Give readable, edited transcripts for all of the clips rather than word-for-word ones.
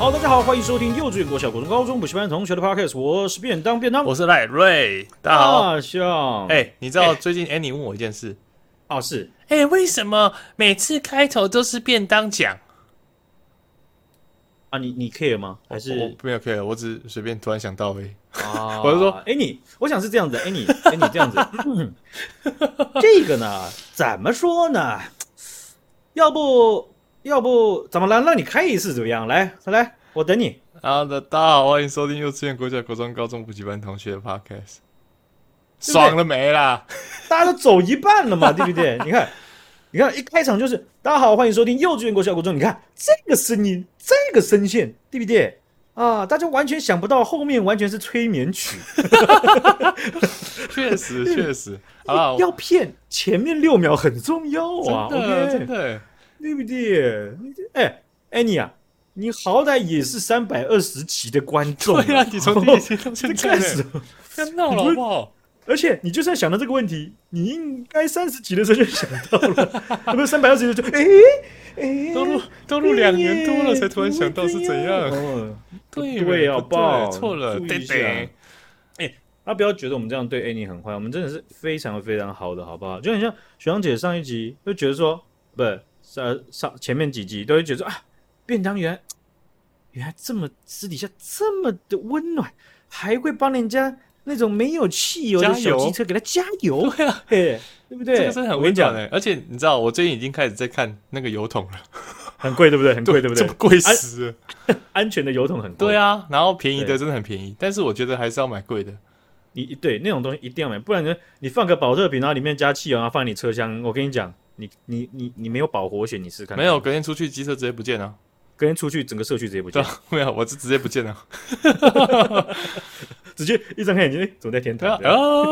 好，大家好，欢迎收听幼稚园、国小、国中、高中补习班同学的 podcast， 我是便当， 我是赖瑞，大家好。 大象， 你知道最近 Annie 问我一件事， 是， 为什么每次开头都是便当奖？ 你 care 吗？还是我没有 care， 我只是随便突然想到而已。 我就说，我想是这样子，你这样子，这个呢，怎么说呢？要不怎么让你开一次怎么样？来，我等你。 大家好，欢迎收听幼稚园、国小、国中、高中补习班同学的 podcast。爽了没啦？ 大家都走一半了嘛，对不对？你看，一开场就是大家好，欢迎收听幼稚园、国小、国中。你看这个声音，这个声线，对不对？啊，大家完全想不到后面完全是催眠曲。 确实，好了， 要骗前面6秒很重要啊， 真的， 对不对？你啊，你好歹也是320集的观众， 对啊，你从第一集到现在，不要闹了好不好？ 而且你就算想到这个问题，你应该30集的时候就想到了，不是320集就都录2年多了才突然想到是怎样？ 对，好不好？ 错了，对。 不要觉得我们这样对 Annie 很坏，我们真的是非常非常好的，好不好？就很像学长姐上一集就觉得说，前面几集都会觉得说便当原来这么私底下这么的温暖，还会帮人家那种没有汽油的小机车给他加油， 对啊， 对不对？ 这个真的很温暖而且你知道，我最近已经开始在看那个油桶了， 很贵，对不对？很贵，对不对？ 这么贵死了， 安全的油桶很贵， 对啊，然后便宜的真的很便宜，但是我觉得还是要买贵的。 对那种东西一定要买，不然你放个保特瓶，然后里面加汽油，然后放你车厢，我跟你讲，你没有保活险，你试看看。 没有，隔天出去机车直接不见了， 隔天出去整个社区直接不见了。 没有，我是直接不见了， 直接一张开眼睛，怎么在天堂？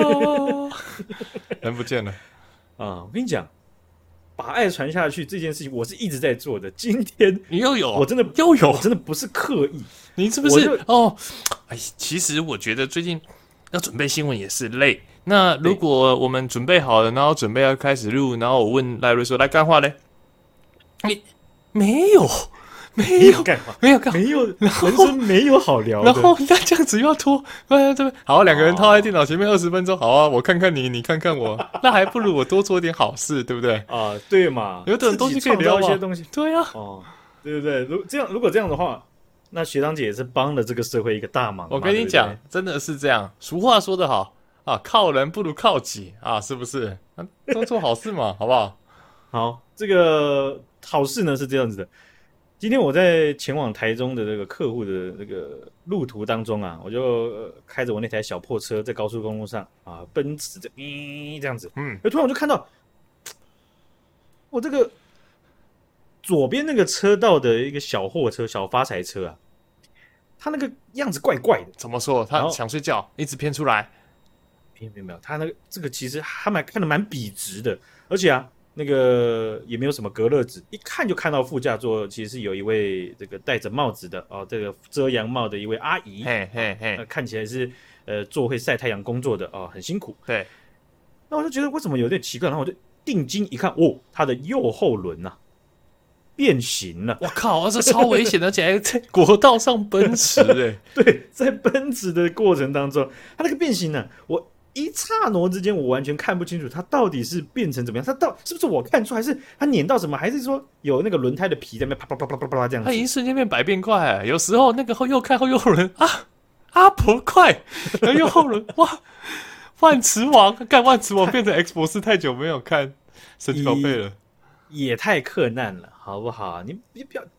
人不见了我跟你讲，把爱传下去这件事情，我是一直在做的。今天你又有， 我真的又有， 我真的不是刻意， 你是不是？其实我觉得最近要准备新闻也是累。那如果我们准备好了，然后准备要开始录，然后我问赖瑞说：“来干话嘞？”你没有干话， 没有， 人生没有好聊的。 然后那这样子又要拖，好，两个人套在电脑前面20分钟，好啊，我看看你，你看看我，那还不如我多做点好事，对不对？ 对嘛， 有点东西可以聊一些东西， 对啊， 对不对？如果这样的话，那学长姐也是帮了这个社会一个大忙。 我跟你讲，真的是这样。俗话说得好靠人不如靠己是不是？多做好事嘛，好不好？ 好，这个好事呢是这样子的。今天我在前往台中的这个客户的这个路途当中我就开着我那台小破车在高速公路上奔驰着这样子，突然我就看到我这个左边那个车道的一个小货车、小发财车他那个样子怪怪的。 怎么说？他想睡觉，一直偏出来。 没有，他那个这个其实他们看得蛮笔直的，而且那个也没有什么隔热纸，一看就看到副驾座其实是有一位这个戴着帽子的这个遮阳帽的一位阿姨，看起来是做会晒太阳工作的很辛苦。 对， 那我就觉得为什么有点奇怪，然后我就定睛一看，他的右后轮变形了！ 我靠，这超危险的，而且还在国道上奔驰对，在奔驰的过程当中，他那个变形我一刹那之间我完全看不清楚它到底是变成怎么样，它是不是我看错，还是它碾到什么，还是说有那个轮胎的皮在那边啪啪啪啪啪啪这样子？ 它一瞬间变百变怪有时候那个右看后右后轮阿婆快，然后右后轮哇，万磁王干万磁王变成 X 博士，太久没有看神奇宝贝了， 也太克难了，好不好？你不要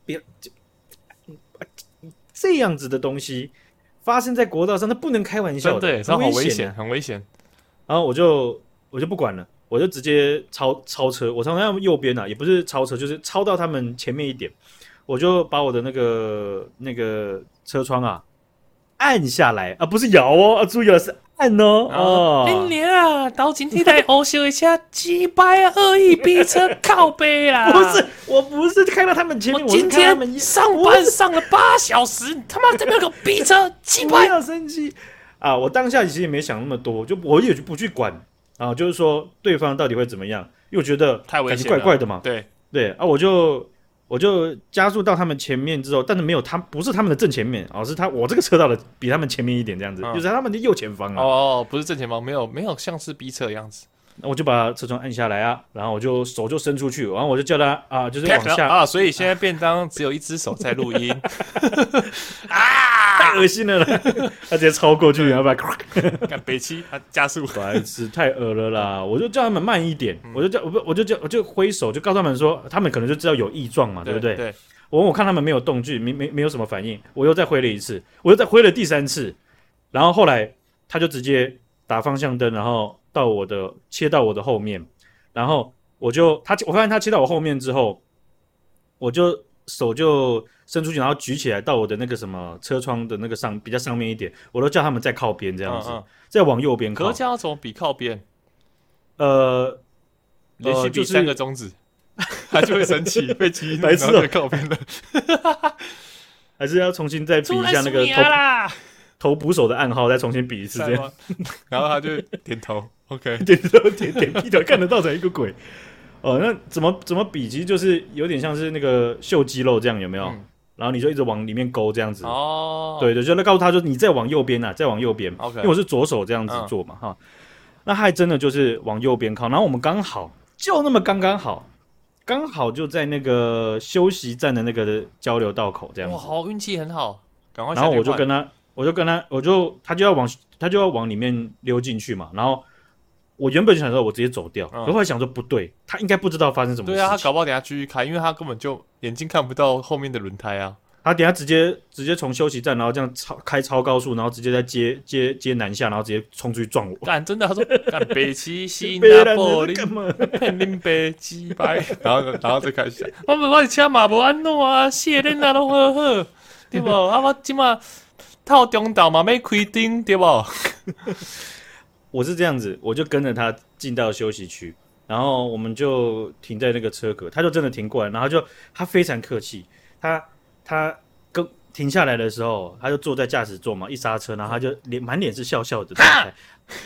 这样子的东西。发生在国道上，那不能开玩笑的， 对，好危险，很危险。 然后我就不管了，我就直接超车。我从他们右边也不是超车，就是超到他们前面一点，我就把我的那个车窗按下来不是摇注意了，是按你到今天台欧修一下击败恶意逼车靠背啦！ 我不是开到他们前面， 我今天上班上了8小时，他妈这边有个逼车击败！ 不要生气我当下其实也没想那么多，我也就不去管就是说对方到底会怎么样，因为我觉得太危险了， 怪怪的嘛。 对我就我就加速到他们前面之后，但是没有不是他们的正前面，是我这个车道的比他们前面一点这样子，就是他们的右前方哦，不是正前方，没有像是逼车的样子。 那我就把车窗按下来啊，然后我就手就伸出去，然后我就叫他就是往下啊，所以现在便当只有一只手在录音啊，太恶心了啦！他直接超过去，然后把干北七，他加速， 白痴，太恶了啦！我就叫他们慢一点，我就挥手，就告诉他们说，他们可能就知道有异状嘛，对不对？ 对。 我看他们没有动静，没有什么反应，我又再挥了一次，我又再挥了第3次，然后后来他就直接打方向灯，然后切到我的后面，然后我发现他切到我后面之后，我就手就伸出去，然后举起来到我的那个什么车窗的那个比较上面一点，我都叫他们再靠边这样子，再往右边靠。 可是这样怎么比靠边？连续比3个中指，他就会生气，被激怒，然后就靠边了。 还是要重新再比一下那个投捕手的暗号，再重新比一次这样。 然后他就点头 ，OK， 点屁头，看得到才一个鬼。那怎么比？其实就是有点像是那个秀肌肉这样，有没有？然后你就一直往里面勾这样子。哦，对，就告诉他，就你再往右边啊，再往右边。 OK， 因为我是左手这样子做嘛，哈。那他还真的就是往右边靠，然后我们刚好就那么刚好就在那个休息站的那个交流道口这样子。 哇，好运气很好，赶快。 然后我就跟他。他就要往里面溜进去嘛，然后我原本想说我直接走掉，可后来想说不对，他应该不知道发生什么事情。 对啊，他搞不好等一下继续开，因为他根本就眼睛看不到后面的轮胎啊。 他等一下直接从休息站，然后这样开超高速，然后直接再接南下，然后直接冲出去撞我。 干，真的，他说干北七西拿玻璃，骗恁北鸡掰，然后再开始，我的车嘛无安怎啊，卸恁那都好好。对不？我今嘛套中岛嘛没开灯，对不？ 我是这样子，我就跟着他进到休息区，然后我们就停在那个车格，他就真的停过来，然后他非常客气，他停下来的时候，他就坐在驾驶座嘛，一刹车，然后他就满脸是笑笑的状态，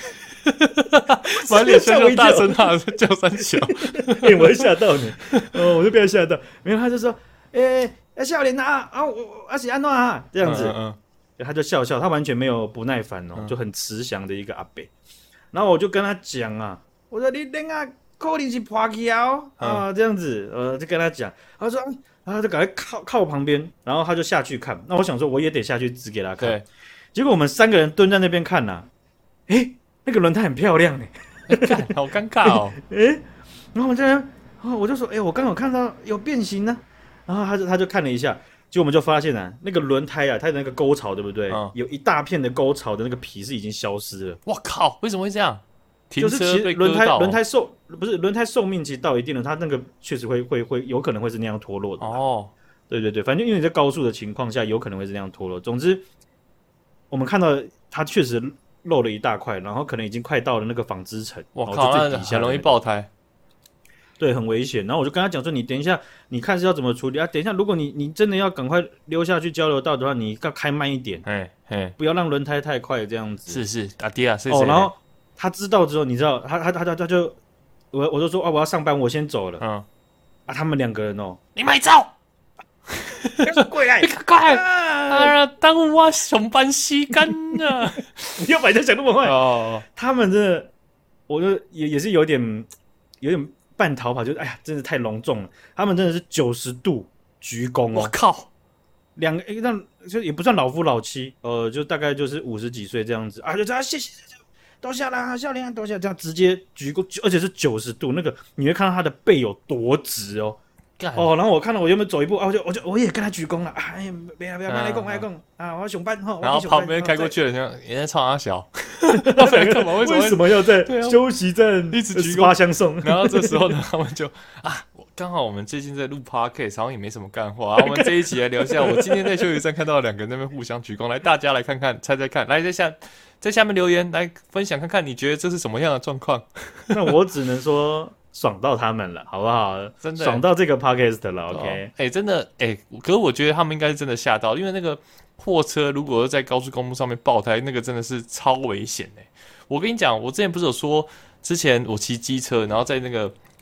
满脸笑笑，大声喊叫三小， 我会吓到你，我就被他吓到，没有，他就说，笑脸啊，我是安诺啊，这样子，他就笑笑，他完全没有不耐烦就很慈祥的一个阿伯。然后我就跟他讲啊，我说你等下可能是破去啊，这样子，就跟他讲，他说，然后就赶快靠旁边，然后他就下去看。那我想说我也得下去指给他看。对，结果我们3个人蹲在那边看呐，那个轮胎很漂亮好尴尬哦， 然后我就说，我刚好看到有变形呢。然后他就看了一下，结果我们就发现那个轮胎它的那个沟槽，对不对？有一大片的沟槽的那个皮是已经消失了。 我靠，为什么会这样？ 就是其实轮胎寿命其实到一定了，它那个确实会有可能会是那样脱落的。哦，对对对，反正因为你在高速的情况下，有可能会是那样脱落。总之，我们看到它确实漏了一大块，然后可能已经快到了那个纺织层。 我靠，那很容易爆胎。 对，很危险。然后我就跟他讲说，你等一下，你看是要怎么处理啊？等一下，如果你真的要赶快溜下去交流道的话，你要开慢一点，不要让轮胎太快这样子。 是阿弟啊， 然后他知道之后，你知道，他就，我就说我要上班，我先走了。他们2个人你买走， 过来， 快耽误我上班时间啊！ 不要把人家想那么坏。他们真的，我就也是有点半逃跑，就是真的太隆重了。他们真的是90度鞠躬我靠 ，2个就也不算老夫老妻，就大概就是50几岁这样子就这样谢谢，多谢啦，笑脸多谢，这样直接鞠躬，而且是90度，那个你会看到他的背有多直然后我看到我原本走一步我也跟他鞠躬了不要来讲我上班然后旁边开过去的人也在冲他小， 为什么要在休息站一直鞠躬花相送？ 然后这时候呢，他们就刚好我们最近在录 podcast， 好像也没什么干话，我们这一集来聊一下我今天在休息站看到2个人那边互相鞠躬，来大家来看看，猜猜看，来在下面留言来分享看看，你觉得这是什么样的状况？ 那我只能说爽到他们了，好不好？真的爽到这个 podcast 了 ，OK？ 真的可是我觉得他们应该是真的吓到，因为那个货车如果在高速公路上面爆胎，那个真的是超危险我跟你讲，我之前不是有说，之前我骑机车，然后在那个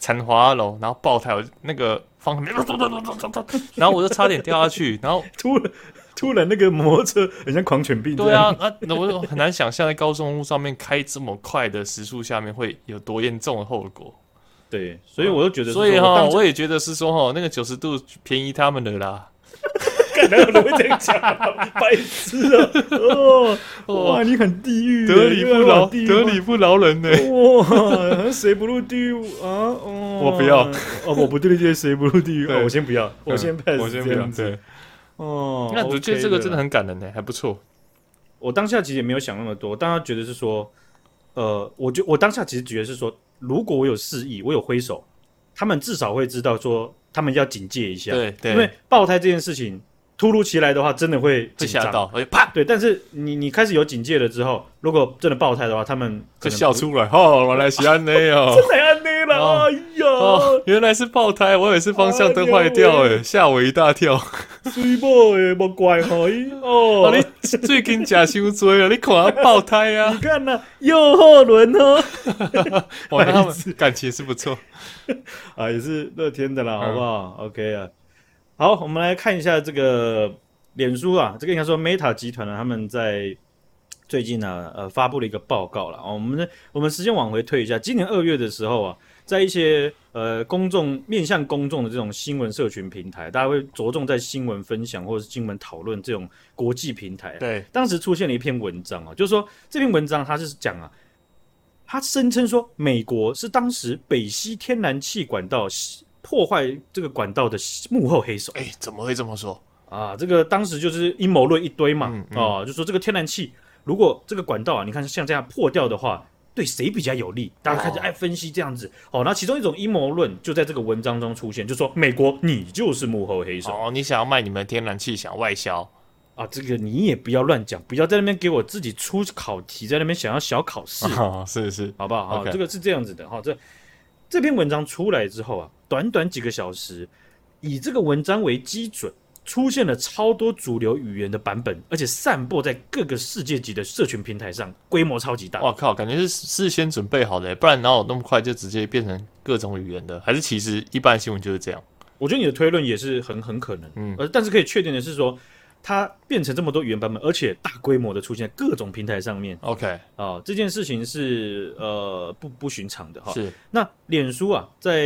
铲滑楼，然后爆胎，我那个方向盘，然后我就差点掉下去，然后突然那个摩托车很像狂犬病。 对啊，我很难想象在高速公路上面开这么快的时速下面会有多严重的后果。 对，所以我就觉得， 所以我也觉得是说那个90度便宜他们的啦。 哪有人会这样讲啊？白痴啊！哇，你很地狱， 得理不饶人呢。 哇，谁不入地狱啊？ 我不要， 我不对，谁不入地狱？我先不要，我先 pass， 我先不要。对，那我觉得这个真的很感人呢，还不错。 我当下其实也没有想那么多，当下觉得是说，我当下其实觉得是说，如果我有示意，我有挥手，他们至少会知道说，他们要警戒一下。 对， 因为爆胎这件事情。突如其来的话，真的会吓到，而且啪！ 对，但是你开始有警戒了之后，如果真的爆胎的话，他们就笑出来。原来是安内哦， 真的安内了，哎呀， 原来是爆胎，我以为是方向灯坏掉，吓我一大跳。 水某诶，莫怪我你最近吃伤多了，你看他爆胎啊！ 你看呐，右后轮哦， 哇，他们感情是不错啊，也是乐天的啦，好不好 ？OK 啊。好，我们来看一下这个脸书啊，这个应该说 Meta 集团呢，他们在最近呢，发布了一个报告了。我们时间往回推一下，今年2月的时候啊，在一些面向公众的这种新闻社群平台，大家会着重在新闻分享或者是新闻讨论这种国际平台。 对， 当时出现了一篇文章啊，就是说这篇文章它是讲啊，他声称说美国是当时北溪天然气管道破坏这个管道的幕后黑手。 怎么会这么说啊？这个当时就是阴谋论一堆嘛，就说这个天然气如果这个管道啊，你看像这样破掉的话，对谁比较有利？大家开始爱分析这样子。那其中一种阴谋论就在这个文章中出现，就说美国你就是幕后黑手。 你想要卖你们的天然气，想外销啊？这个你也不要乱讲，不要在那边给我自己出考题，在那边想要小考试。 是， 好不好？ Okay. 这个是这样子的。这篇文章出来之后啊，短短几个小时，以这个文章为基准，出现了超多主流语言的版本，而且散播在各个世界级的社群平台上，规模超级大。 哇靠，感觉是事先准备好的，不然哪有那么快就直接变成各种语言的？还是其实一般新闻就是这样？ 我觉得你的推论也是很可能，但是可以确定的是说，它变成这么多语言版本，而且大规模的出现在各种平台上面。 OK， 这件事情是不寻常的哈。 是。 那脸书啊，在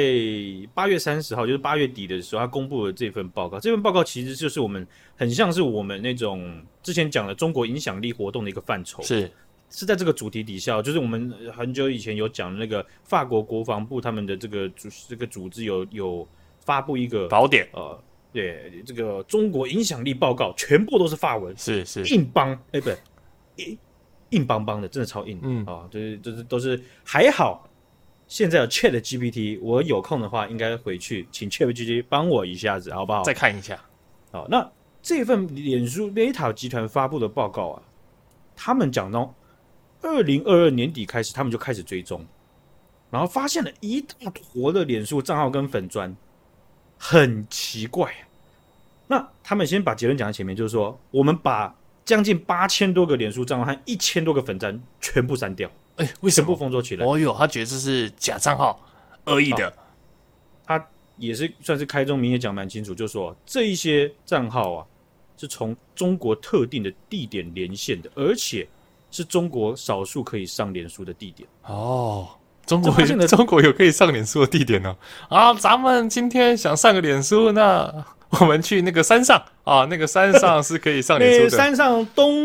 8月30号，就是8月底的时候，它公布了这份报告。这份报告其实就是很像是我们那种之前讲的中国影响力活动的一个范畴。是在这个主题底下，就是我们很久以前有讲的那个法国国防部他们的这个组织有发布一个宝典。 对，这个中国影响力报告全部都是法文， 是硬邦，不，硬邦邦的，真的超硬，就是都是还好。现在有 ChatGPT， 我有空的话应该回去请 ChatGPT 帮我一下子，好不好？ 再看一下。 好，那这份脸书 Meta 集团发布的报告啊，他们讲到2022年底开始，他们就开始追踪，然后发现了一大坨的脸书账号跟粉专。很奇怪，那他们先把结论讲在前面，就是说，我们把将近8000多个脸书账号和1000多个粉专全部删掉。 为什么全部封锁起来？ 他觉得这是假账号，恶意的。 他也是算是开宗明义讲蛮清楚，就是说这一些账号啊，是从中国特定的地点连线的，而且是中国少数可以上脸书的地点。 中国有可以上脸书的地点呢？咱们今天想上个脸书，那我们去那个山上啊，那个山上是可以上脸书的。 山上东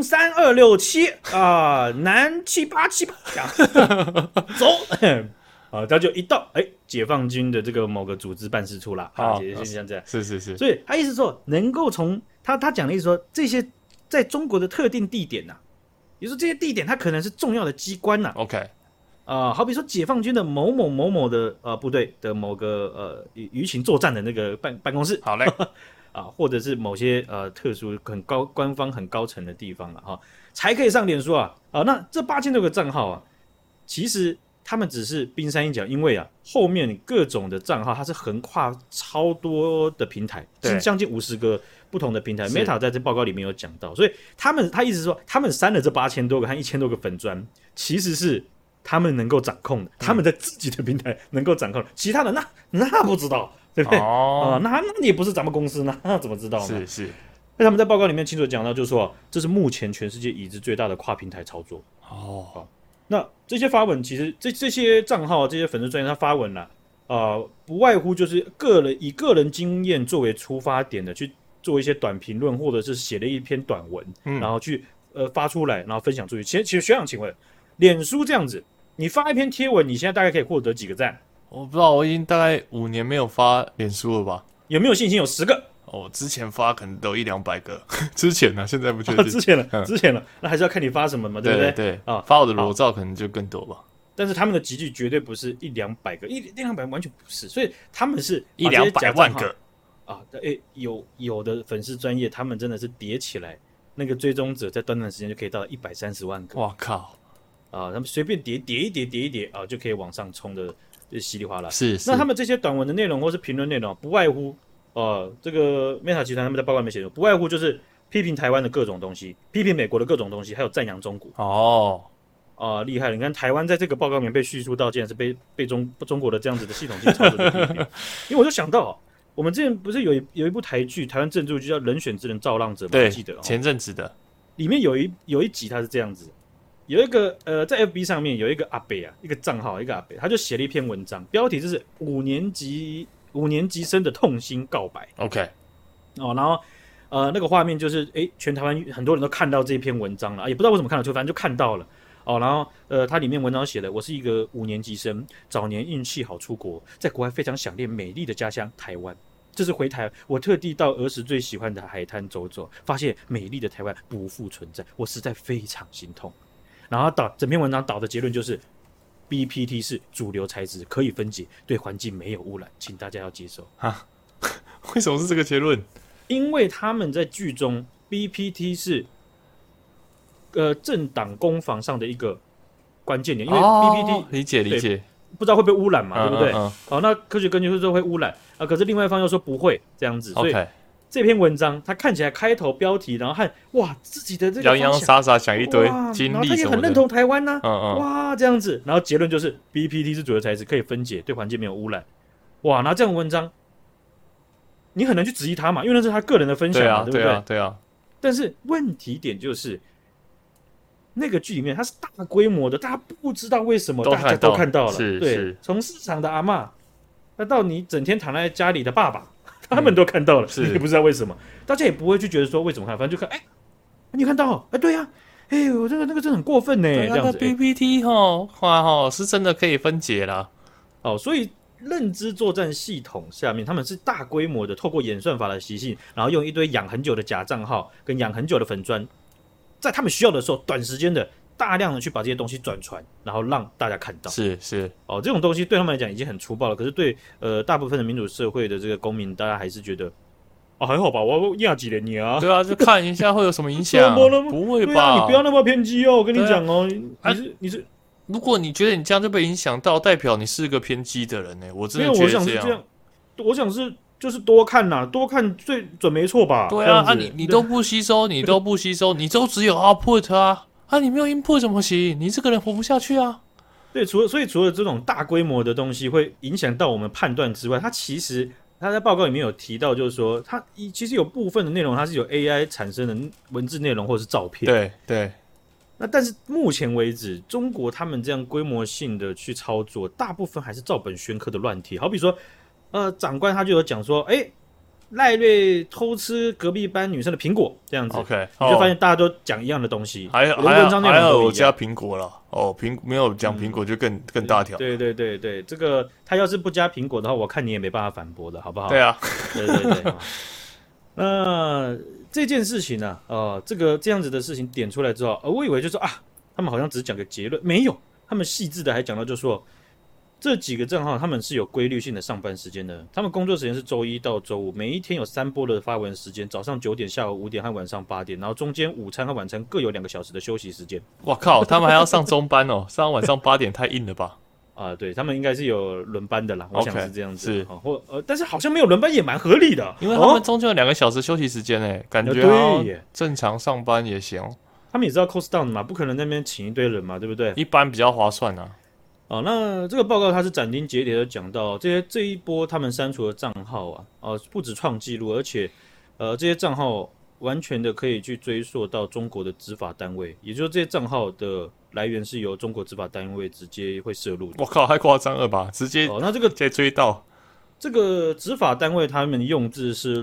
3267啊，南7878这样走他就一到解放军的这个某个组织办事处啦，就像这样。 是， 所以他意思说，能够从他讲的意思说，这些在中国的特定地点呐，也就是说这些地点它可能是重要的机关呐。 OK。 好比说解放军的某某的部队的某个舆情作战的那个办公室， 好嘞或者是某些特殊官方很高层的地方了才可以上脸书啊。那这8000多个账号啊，其实他们只是冰山一角，因为后面各种的账号它是横跨超多的平台，将近50个不同的平台。Meta 在这报告里面有讲到，所以他意思说，他们删了这8000多个和1000多个粉专，其实是他们能够掌控的，他们的自己的平台能够掌控的，其他的那不知道，对不对？那也不是咱们公司，那怎么知道呢？ 是。 那他们在报告里面清楚讲到，就是说这是目前全世界已知最大的跨平台操作。那这些发文其实这些账号、这些粉丝专页他发文了，不外乎就是以个人经验作为出发点的去做一些短评论，或者是写了一篇短文，然后去发出来，然后分享出去。其实学长，请问，脸书这样子，你发一篇贴文，你现在大概可以获得几个赞？ 我不知道，我已经大概5年没有发脸书了吧？ 有没有信心有10个？ 之前发可能都100-200个，之前呢，现在不确定。 之前了，那还是要看你发什么嘛，对不对？ 对发我的裸照可能就更多吧。 但是他们的集聚绝对不是100-200个，100-200完全不是，所以他们是 100-200万个有的粉丝专业，他们真的是叠起来，那个追踪者在短短时间就可以到130万个。 哇靠！ 他们随便叠一叠就可以往上冲的，稀里哗啦。 是。 那他们这些短文的内容或是评论内容，不外乎这个 Meta 集团他们在报告里面写的，不外乎就是批评台湾的各种东西，批评美国的各种东西，还有赞扬中国。厉害了！你看台湾在这个报告里面被叙述到，竟然是被中国的这样子的系统性操作的批评。因为我就想到，我们之前不是有一部台剧，台湾政治剧叫《人选之人造浪者》吗？ 对， 记得前阵子的，里面有一集它是这样子，有一个在 FB 上面有一个阿北一个账号，一个阿北，他就写了一篇文章，标题就是5年级生的痛心告白。 OK， 然后那个画面就是全台湾很多人都看到这篇文章了，也不知道为什么看到，反正就看到了。然后它里面文章写的，我是一个5年级生，早年运气好出国，在国外非常想念美丽的家乡台湾。这次回台，我特地到儿时最喜欢的海滩走走，发现美丽的台湾不复存在，我实在非常心痛。然后整篇文章导的结论就是 BPT 是主流材质，可以分解，对环境没有污染，请大家要接受。 为什么是这个结论？ 因为他们在剧中 BPT 是政党攻防上的一个关键点，因为 BPT 理解， 不知道会被污染嘛，对不对？那科学根据说会污染可是另外一方又说不会这样子，所以这篇文章它看起来开头标题，然后和自己的这个洋洋洒洒讲一堆经历什么的，然后他也很认同台湾这样子，然后结论就是 BPT 是主流材质，可以分解，对环境没有污染。那这样的文章你很难去质疑他嘛，因为那是他个人的分享嘛，对不对？ 对啊。但是问题点就是那个剧里面它是大规模的，大家不知道为什么大家都看到了，对，从市场的阿嬷，那到你整天躺在家里的爸爸，他们都看到了，你也不知道为什么，大家也不会去觉得说为什么看，反正就看，你看到，对呀，我那个真的很过分呢，这样子。 BPT 是真的可以分解啦， 所以认知作战系统下面，他们是大规模的透过演算法的习性，然后用一堆养很久的假账号跟养很久的粉专，在他们需要的时候，短时间的大量的去把这些东西转传，然后让大家看到。 是这种东西对他们来讲已经很粗暴了。可是对大部分的民主社会的这个公民，大家还是觉得还好吧，我压几年你啊。 对啊，就看一下会有什么影响。不会吧？ 你不要那么偏激哦，我跟你讲哦，你是。 如果你觉得你这样就被影响到，代表你是个偏激的人我真的觉得这样。 我想是就是多看啦，多看最准没错吧？ 对啊，你都不吸收，你都只有 output 你没有 input 怎么行？你这个人活不下去啊！ 对，所以除了这种大规模的东西会影响到我们判断之外，他在报告里面有提到，就是说它其实有部分的内容它是有 AI 产生的文字内容或者是照片。 对。 那但是目前为止，中国他们这样规模性的去操作，大部分还是照本宣科的乱贴。好比说，长官他就有讲说，赖瑞偷吃隔壁班女生的苹果，这样子 ，OK， 你就发现大家都讲一样的东西， 还有文章内容都一样， 加苹果了，没有讲苹果就更大条。 对，这个他要是不加苹果的话，我看你也没办法反驳的，好不好？ 对啊， 对。那这件事情呢，这样子的事情点出来之后，我以为就说他们好像只是讲个结论，没有，他们细致的还讲到，就说这几个账号他们是有规律性的上班时间的，他们工作时间是周一到周五，每一天有3波的发文时间，早上9点、下午5点和晚上8点，然后中间午餐和晚餐各有2个小时的休息时间。 哇靠，他们还要上中班上晚上8点太硬了吧？ 对，他们应该是有轮班的啦，我想是这样子。 是， 但是好像没有轮班也蛮合理的， 因为他们中间有2个小时休息时间感觉正常上班也行。 他们也知道 cost down 嘛，不可能那边请一堆人嘛，对不对？ 一般比较划算啊。 哦，那这个报告它是斩钉截铁的讲到，这一波他们删除的账号啊，不止创纪录，而且这些账号完全的可以去追溯到中国的执法单位，也就是这些账号的来源是由中国执法单位直接会摄入的。 我靠，太夸张了吧？直接那这个直接追到这个执法单位，他们用字是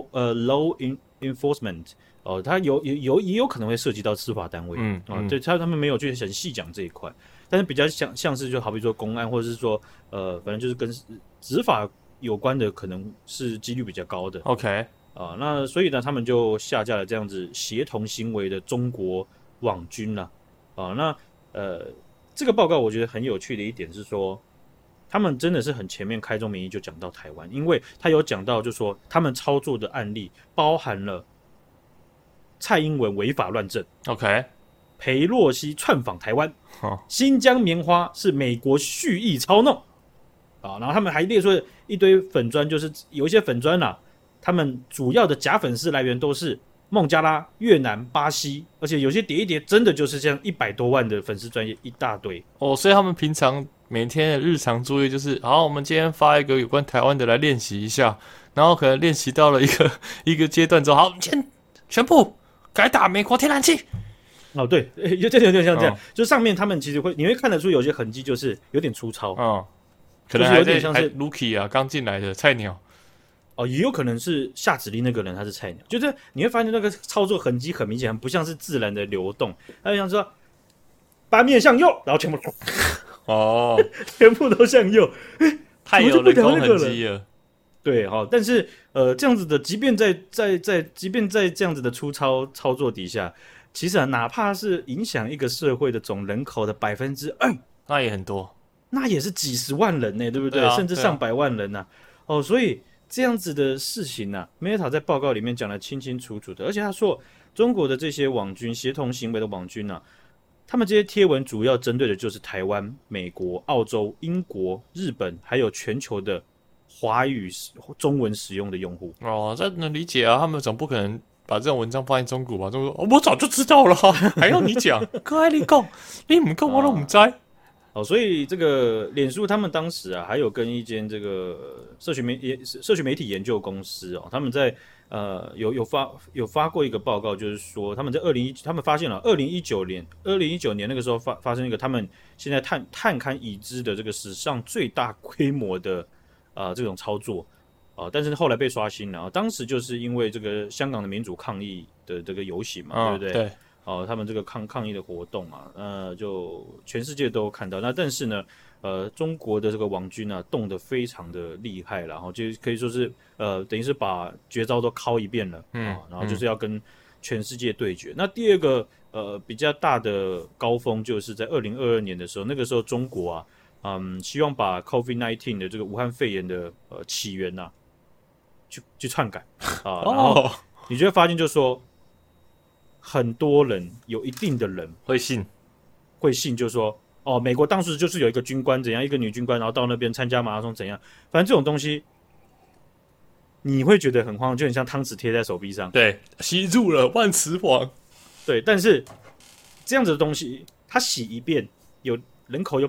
law enforcement。它也有可能会涉及到司法单位，对，他们没有去很细讲这一块，但是比较像是就好比说公安，或者是说反正就是跟执法有关的，可能是几率比较高的。 OK， 那所以呢，他们就下架了这样子协同行为的中国网军啦。那这个报告我觉得很有趣的一点是说，他们真的是很前面开宗明义就讲到台湾，因为他有讲到就说他们操作的案例包含了蔡英文违法乱政 OK， 裴洛西窜访台湾，新疆棉花是美国蓄意操弄然后他们还列出了一堆粉专，就是有一些粉专他们主要的假粉丝来源都是孟加拉、越南、巴西，而且有些叠一叠真的就是像100多万的粉丝专页一大堆所以他们平常每天的日常作业就是，好，我们今天发一个有关台湾的来练习一下，然后可能练习到了一个阶段之后，好，我们先全部改打美国天然气。 对，有点像这样，就上面他们其实你会看得出有些痕迹，就是有点粗糙， 可能有点像是 Lucky 刚进来的菜鸟， 也有可能是下指令那个人他是菜鸟，就是你会发现那个操作痕迹很明显，不像是自然的流动，他就像说把面向右，然后全部全部都向右， 太有人工痕迹了。 对但是这样子的，即便在这样子的粗糙操作底下，其实哪怕是影响一个社会的总人口的2%， 那也很多， 那也是几十万人呢，对不对？甚至上百万人所以这样子的事情Meta 在报告里面讲得清清楚楚的，而且他说中国的这些网军协同行为的网军他们这些贴文主要针对的就是台湾、美国、澳洲、英国、日本，还有全球的华语中文使用的用户。 这能理解他们总不可能把这种文章放在中国吧？中国我早就知道了，还要你讲？该你讲，你不讲我都不知。 所以这个脸书他们当时还有跟一间这个社群媒体研究公司他们在有发过一个报告，就是说他们在他们发现了2019年那个时候发生一个他们现在探勘已知的这个史上最大规模的这种操作但是后来被刷新了当时就是因为这个香港的民主抗议的这个游行嘛，对不对？对。他们这个抗议的活动就全世界都看到。那但是呢，中国的这个网军动得非常的厉害，然后就可以说是等于是把绝招都敲一遍了，然后就是要跟全世界对决。那第二个比较大的高峰就是在2022年的时候，那个时候中国希望把 COVID-19 的这个武汉肺炎的起源去篡改然后你就会发现就是说。很多人有一定的人会信， 就是说美国当时就是有一个军官怎样，一个女军官，然后到那边参加马拉松怎样，反正这种东西你会觉得很慌，就很像汤匙贴在手臂上， 对，吸住了万磁王， 对，但是这样子的东西，它洗一遍，人口有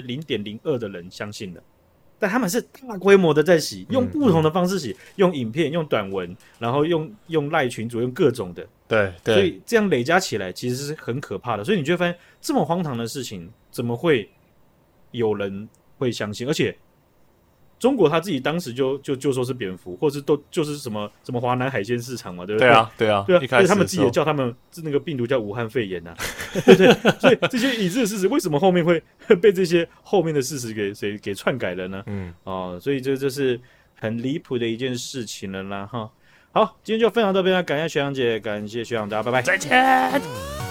0.02%的人相信了。但他们是大规模的在洗，用不同的方式洗，用影片、用短文，然后用赖群组，用各种的， 对， 所以这样累加起来其实是很可怕的。所以你就会发现，这么荒唐的事情，怎么会有人会相信？而且中国他自己当时就说是蝙蝠，或是都就是什么华南海鲜市场嘛，对不对？ 对啊， 而且他们自己也叫他们那个病毒叫武汉肺炎对不对？所以这些已知的事实，为什么后面会被这些后面的事实给篡改了呢？所以这是很离谱的一件事情了啦哈。好，今天就分享到这边，感谢学长姐，感谢学长大家，拜拜， 再见。